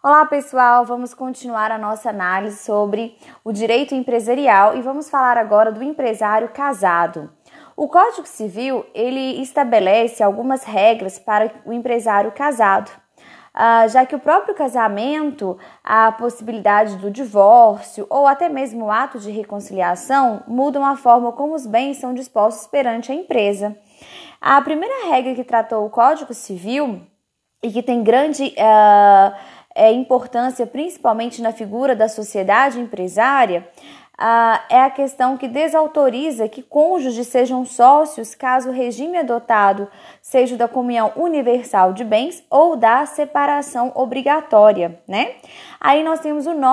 Olá pessoal, vamos continuar a nossa análise sobre o direito empresarial e vamos falar agora do empresário casado. O Código Civil, ele estabelece algumas regras para o empresário casado, já que o próprio casamento, a possibilidade do divórcio ou até mesmo o ato de reconciliação mudam a forma como os bens são dispostos perante a empresa. A primeira regra que tratou o Código Civil e que tem grande importância, principalmente na figura da sociedade empresária, é a questão que desautoriza que cônjuges sejam sócios caso o regime adotado seja da comunhão universal de bens ou da separação obrigatória, né? Aí nós temos o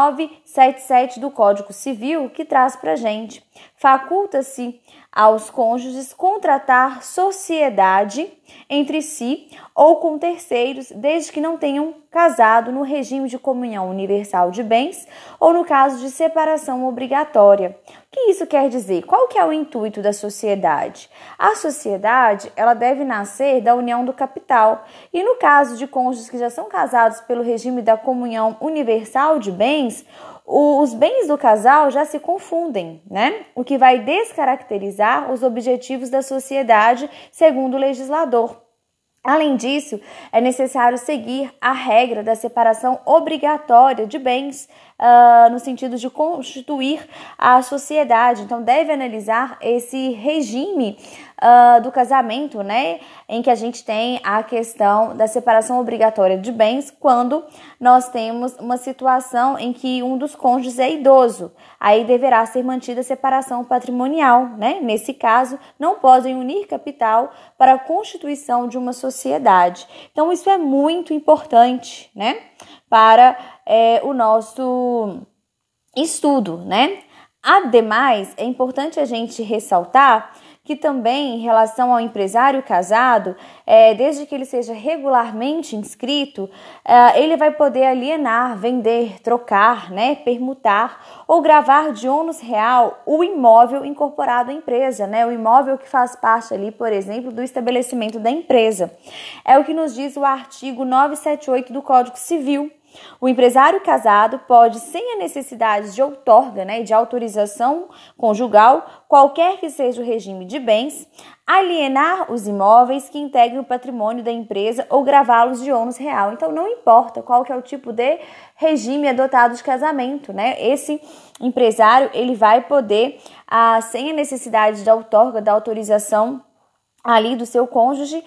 977 do Código Civil que traz pra gente: faculta-se aos cônjuges contratar sociedade entre si ou com terceiros, desde que não tenham casado no regime de comunhão universal de bens ou no caso de separação obrigatória. O que isso quer dizer? Qual que é o intuito da sociedade? A sociedade, ela deve nascer da união do capital. E no caso de cônjuges que já são casados pelo regime da comunhão universal de bens, os bens do casal já se confundem, né? O que vai descaracterizar os objetivos da sociedade, segundo o legislador. Além disso, é necessário seguir a regra da separação obrigatória de bens, no sentido de constituir a sociedade. Então, deve analisar esse regime do casamento, né, em que a gente tem a questão da separação obrigatória de bens quando nós temos uma situação em que um dos cônjuges é idoso. Aí deverá ser mantida a separação patrimonial, né? Nesse caso, não podem unir capital para a constituição de uma sociedade. Então, isso é muito importante, né, para o nosso estudo, né? Ademais, é importante a gente ressaltar que também, em relação ao empresário casado, desde que ele seja regularmente inscrito, ele vai poder alienar, vender, trocar, né, permutar ou gravar de ônus real o imóvel incorporado à empresa, né, o imóvel que faz parte ali, por exemplo, do estabelecimento da empresa. É o que nos diz o artigo 978 do Código Civil. O empresário casado pode, sem a necessidade de outorga, né, de autorização conjugal, qualquer que seja o regime de bens, alienar os imóveis que integram o patrimônio da empresa ou gravá-los de ônus real. Então, não importa qual que é o tipo de regime adotado de casamento, né? Esse empresário, ele vai poder, sem a necessidade de outorga, da autorização ali do seu cônjuge,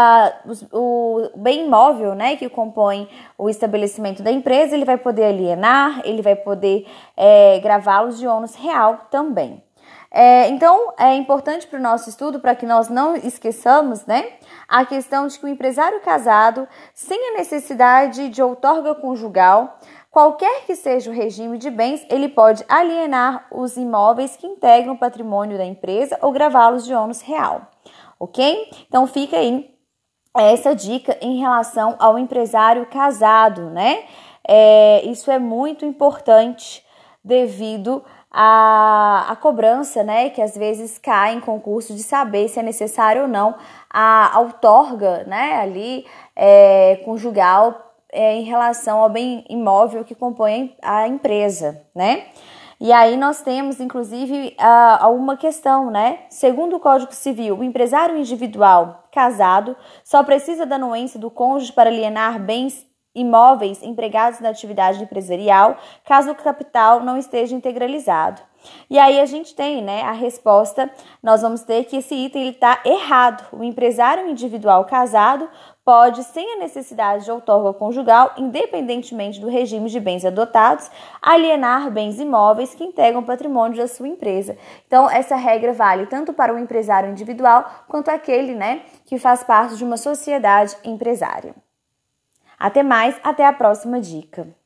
o bem imóvel, né, que compõe o estabelecimento da empresa, ele vai poder alienar, ele vai poder gravá-los de ônus real também. Então, é importante para o nosso estudo, para que nós não esqueçamos, né, a questão de que o empresário casado, sem a necessidade de outorga conjugal, qualquer que seja o regime de bens, ele pode alienar os imóveis que integram o patrimônio da empresa ou gravá-los de ônus real. Ok? Então, fica aí essa dica em relação ao empresário casado, né? Isso é muito importante devido à cobrança, né? Que às vezes cai em concurso de saber se é necessário ou não a outorga, né? Ali, conjugal em relação ao bem imóvel que compõe a empresa, né? E aí nós temos, inclusive, uma questão, né? Segundo o Código Civil, o empresário individual casado só precisa da anuência do cônjuge para alienar bens imóveis empregados na atividade empresarial, caso o capital não esteja integralizado. E aí a gente tem, né, a resposta, nós vamos ter que esse item está errado. O empresário individual casado pode, sem a necessidade de outorga conjugal, independentemente do regime de bens adotados, alienar bens imóveis que integram o patrimônio da sua empresa. Então, essa regra vale tanto para o empresário individual quanto aquele, né, que faz parte de uma sociedade empresária. Até mais, até a próxima dica.